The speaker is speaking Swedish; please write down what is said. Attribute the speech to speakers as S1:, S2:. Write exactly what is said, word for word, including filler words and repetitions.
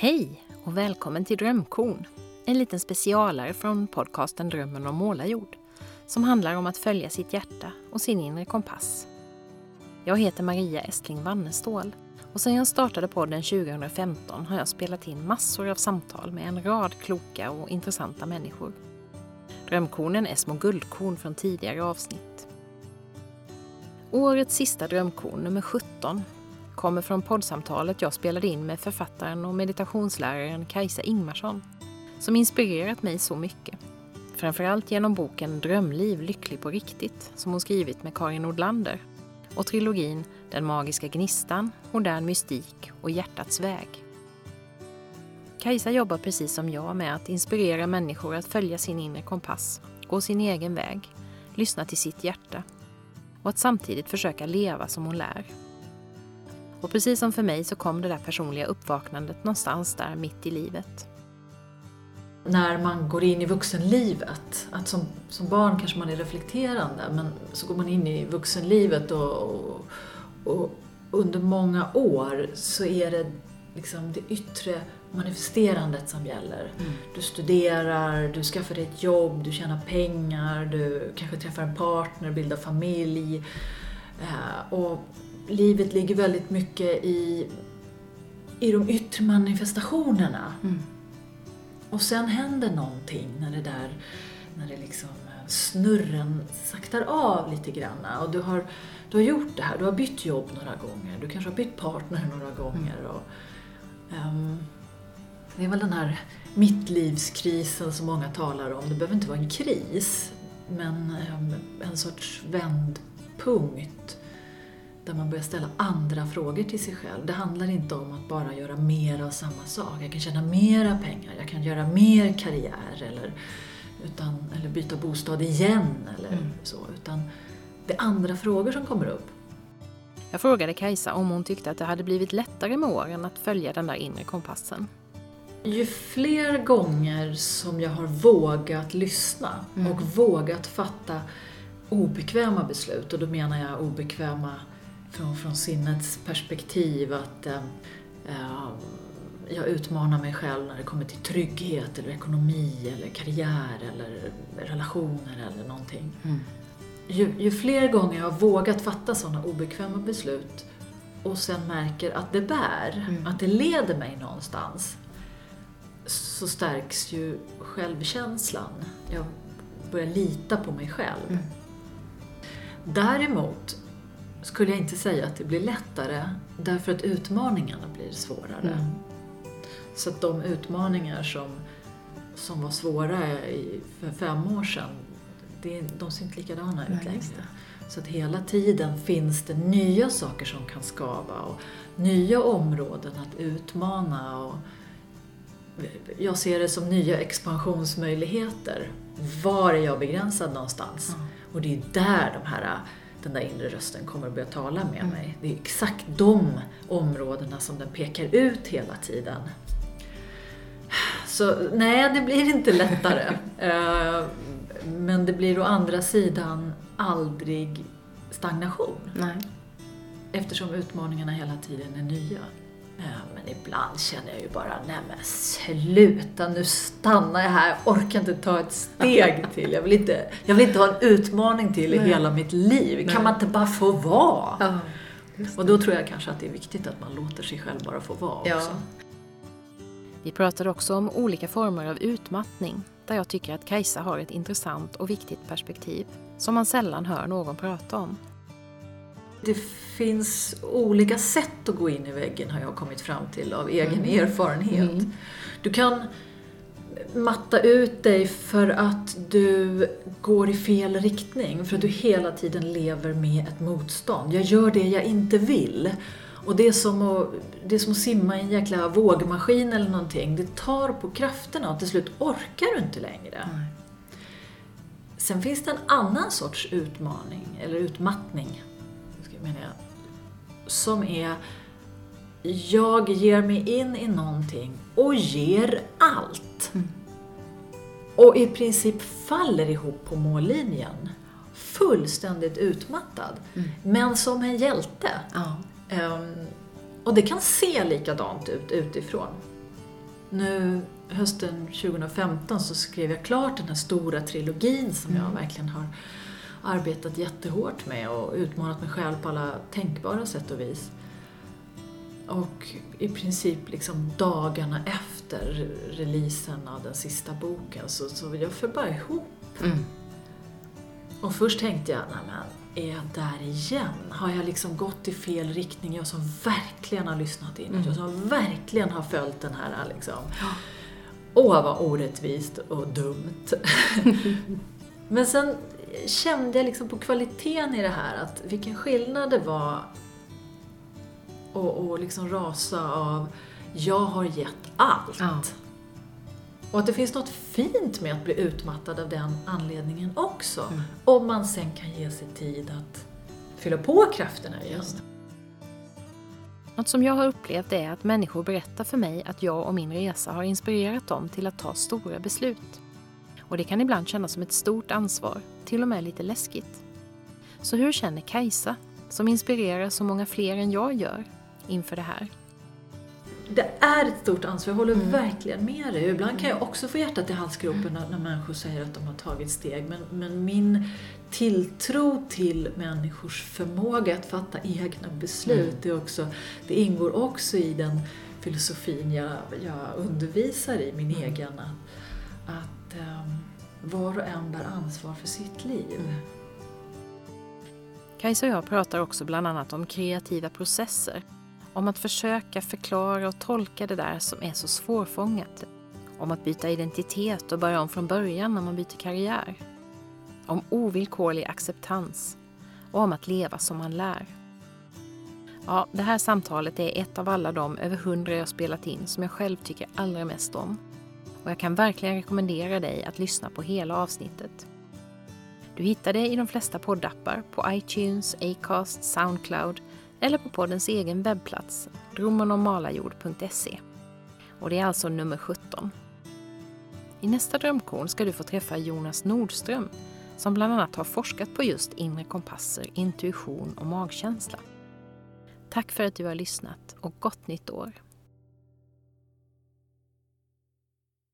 S1: Hej och välkommen till Drömkorn, en liten specialare från podcasten Drömmen om målarjord, som handlar om att följa sitt hjärta och sin inre kompass. Jag heter Maria Estling Wannestål och sedan jag startade podden tjugo femton har jag spelat in massor av samtal med en rad kloka och intressanta människor. Drömkornen är små guldkorn från tidigare avsnitt. Årets sista drömkorn, nummer sjutton, kommer från poddsamtalet jag spelade in med författaren och meditationsläraren Kajsa Ingmarsson, som inspirerat mig så mycket. Framförallt genom boken Drömliv, lycklig på riktigt, som hon skrivit med Karin Nordlander, och trilogin Den magiska gnistan, modern mystik och hjärtats väg. Kajsa jobbar precis som jag med att inspirera människor att följa sin inre kompass, gå sin egen väg, lyssna till sitt hjärta och att samtidigt försöka leva som hon lär. Och precis som för mig så kom det där personliga uppvaknandet någonstans där mitt i livet.
S2: När man går in i vuxenlivet, att som, som barn kanske man är reflekterande, men så går man in i vuxenlivet och, och, och under många år så är det liksom det yttre manifesterandet som gäller. Mm. Du studerar, du skaffar dig ett jobb, du tjänar pengar, du kanske träffar en partner, bildar familj. Eh, och livet ligger väldigt mycket i, i de yttre manifestationerna. Mm. Och sen händer någonting när det där, när det liksom snurren saktar av lite grann. Och du har, du har gjort det här, du har bytt jobb några gånger, du kanske har bytt partner några gånger. Mm. Och, um, det är väl den här mittlivskrisen som många talar om. Det behöver inte vara en kris, men um, en sorts vändpunkt. Där man börjar ställa andra frågor till sig själv. Det handlar inte om att bara göra mer av samma sak. Jag kan tjäna mera pengar, jag kan göra mer karriär eller, utan, eller byta bostad igen eller mm. så. Utan det är andra frågor som kommer upp.
S1: Jag frågade Kajsa om hon tyckte att det hade blivit lättare med åren att följa den där inre kompassen.
S2: Ju fler gånger som jag har vågat lyssna mm. och vågat fatta obekväma beslut, och då menar jag obekväma Från, från sinnets perspektiv, att äh, jag utmanar mig själv när det kommer till trygghet eller ekonomi eller karriär eller relationer eller någonting. Mm. Ju, ju fler gånger jag har vågat fatta sådana obekväma beslut och sen märker att det bär, mm. att det leder mig någonstans, så stärks ju självkänslan. Jag börjar lita på mig själv. Mm. Däremot skulle jag inte säga att det blir lättare, därför att utmaningarna blir svårare. Mm. Så att de utmaningar som, som var svåra i, för fem år sedan, det, de ser inte likadana ut längre. Så att hela tiden finns det nya saker som kan skava och nya områden att utmana. Och jag ser det som nya expansionsmöjligheter. Var är jag begränsad någonstans? Mm. Och det är där de här... den där inre rösten kommer att börja tala med mm. mig. Det är exakt de områdena som den pekar ut hela tiden. Så nej, det blir inte lättare. Men det blir å andra sidan aldrig stagnation. Nej. Eftersom utmaningarna hela tiden är nya. Men ibland känner jag ju bara, nej men sluta, nu stannar jag här, jag orkar inte ta ett steg till. Jag vill inte, jag vill inte ha en utmaning till i nej. hela mitt liv. Nej. Kan man inte bara få vara? Ja, och då tror jag kanske att det är viktigt att man låter sig själv bara få vara ja. också.
S1: Vi pratade också om olika former av utmattning, där jag tycker att Kajsa har ett intressant och viktigt perspektiv som man sällan hör någon prata om.
S2: Det finns olika sätt att gå in i väggen, har jag kommit fram till av egen mm. erfarenhet. Mm. Du kan matta ut dig för att du går i fel riktning, för att du hela tiden lever med ett motstånd. Jag gör det jag inte vill. Och det är som att, det är som att simma i en jäkla vågmaskin eller någonting. Det tar på krafterna och till slut orkar du inte längre. Mm. Sen finns det en annan sorts utmaning eller utmattning, menar jag, som är jag ger mig in i någonting och ger allt. Mm. Och i princip faller ihop på mållinjen. Fullständigt utmattad. Mm. Men som en hjälte. Ja. Um, och det kan se likadant ut utifrån. nu hösten tjugohundrafemton så skrev jag klart den här stora trilogin som
S1: Mm.
S2: jag verkligen har arbetat jättehårt med och utmanat mig själv på alla tänkbara sätt och vis. Och i princip liksom dagarna efter releasen av den sista boken så, så jag föll bara ihop.
S1: Mm.
S2: Och först tänkte jag, nej men är jag där igen? Har jag liksom gått i fel riktning? Jag som verkligen har lyssnat in.
S1: Mm.
S2: Jag som verkligen har följt den här liksom. Åh, vad orättvist och dumt. Men sen kände jag liksom på kvaliteten i det här att vilken skillnad det var och, och liksom rasa av jag har gett allt.
S1: Ja.
S2: Och att det finns något fint med att bli utmattad av den anledningen också.
S1: Mm.
S2: Om man sen kan ge sig tid att fylla på krafterna igen.
S1: Just. Något som jag har upplevt är att människor berättar för mig att jag och min resa har inspirerat dem till att ta stora beslut. Och det kan ibland kännas som ett stort ansvar, till och med lite läskigt. Så hur känner Kajsa, som inspirerar så många fler än jag gör, inför det här?
S2: Det är ett stort ansvar, jag håller
S1: Mm.
S2: verkligen med dig. Ibland kan jag också få hjärtat i halsgropen när, när människor säger att de har tagit steg. Men, men min tilltro till människors förmåga att fatta egna beslut,
S1: Mm.
S2: är också, det ingår också i den filosofin jag, jag undervisar i, min
S1: Mm.
S2: egen. Att, att um, var och en bär ansvar för sitt liv.
S1: Mm. Kajsa och jag pratar också bland annat om kreativa processer. Om att försöka förklara och tolka det där som är så svårfångat. Om att byta identitet och börja om från början när man byter karriär. Om ovillkorlig acceptans. Och om att leva som man lär. Ja, det här samtalet är ett av alla de över hundra jag spelat in som jag själv tycker allra mest om. Och jag kan verkligen rekommendera dig att lyssna på hela avsnittet. Du hittar det i de flesta poddappar på iTunes, Acast, Soundcloud eller på poddens egen webbplats drömmarnommalajord punkt se. Och det är alltså nummer sjutton. I nästa drömkorn ska du få träffa Jonas Nordström som bland annat har forskat på just inre kompasser, intuition och magkänsla. Tack för att du har lyssnat och gott nytt år!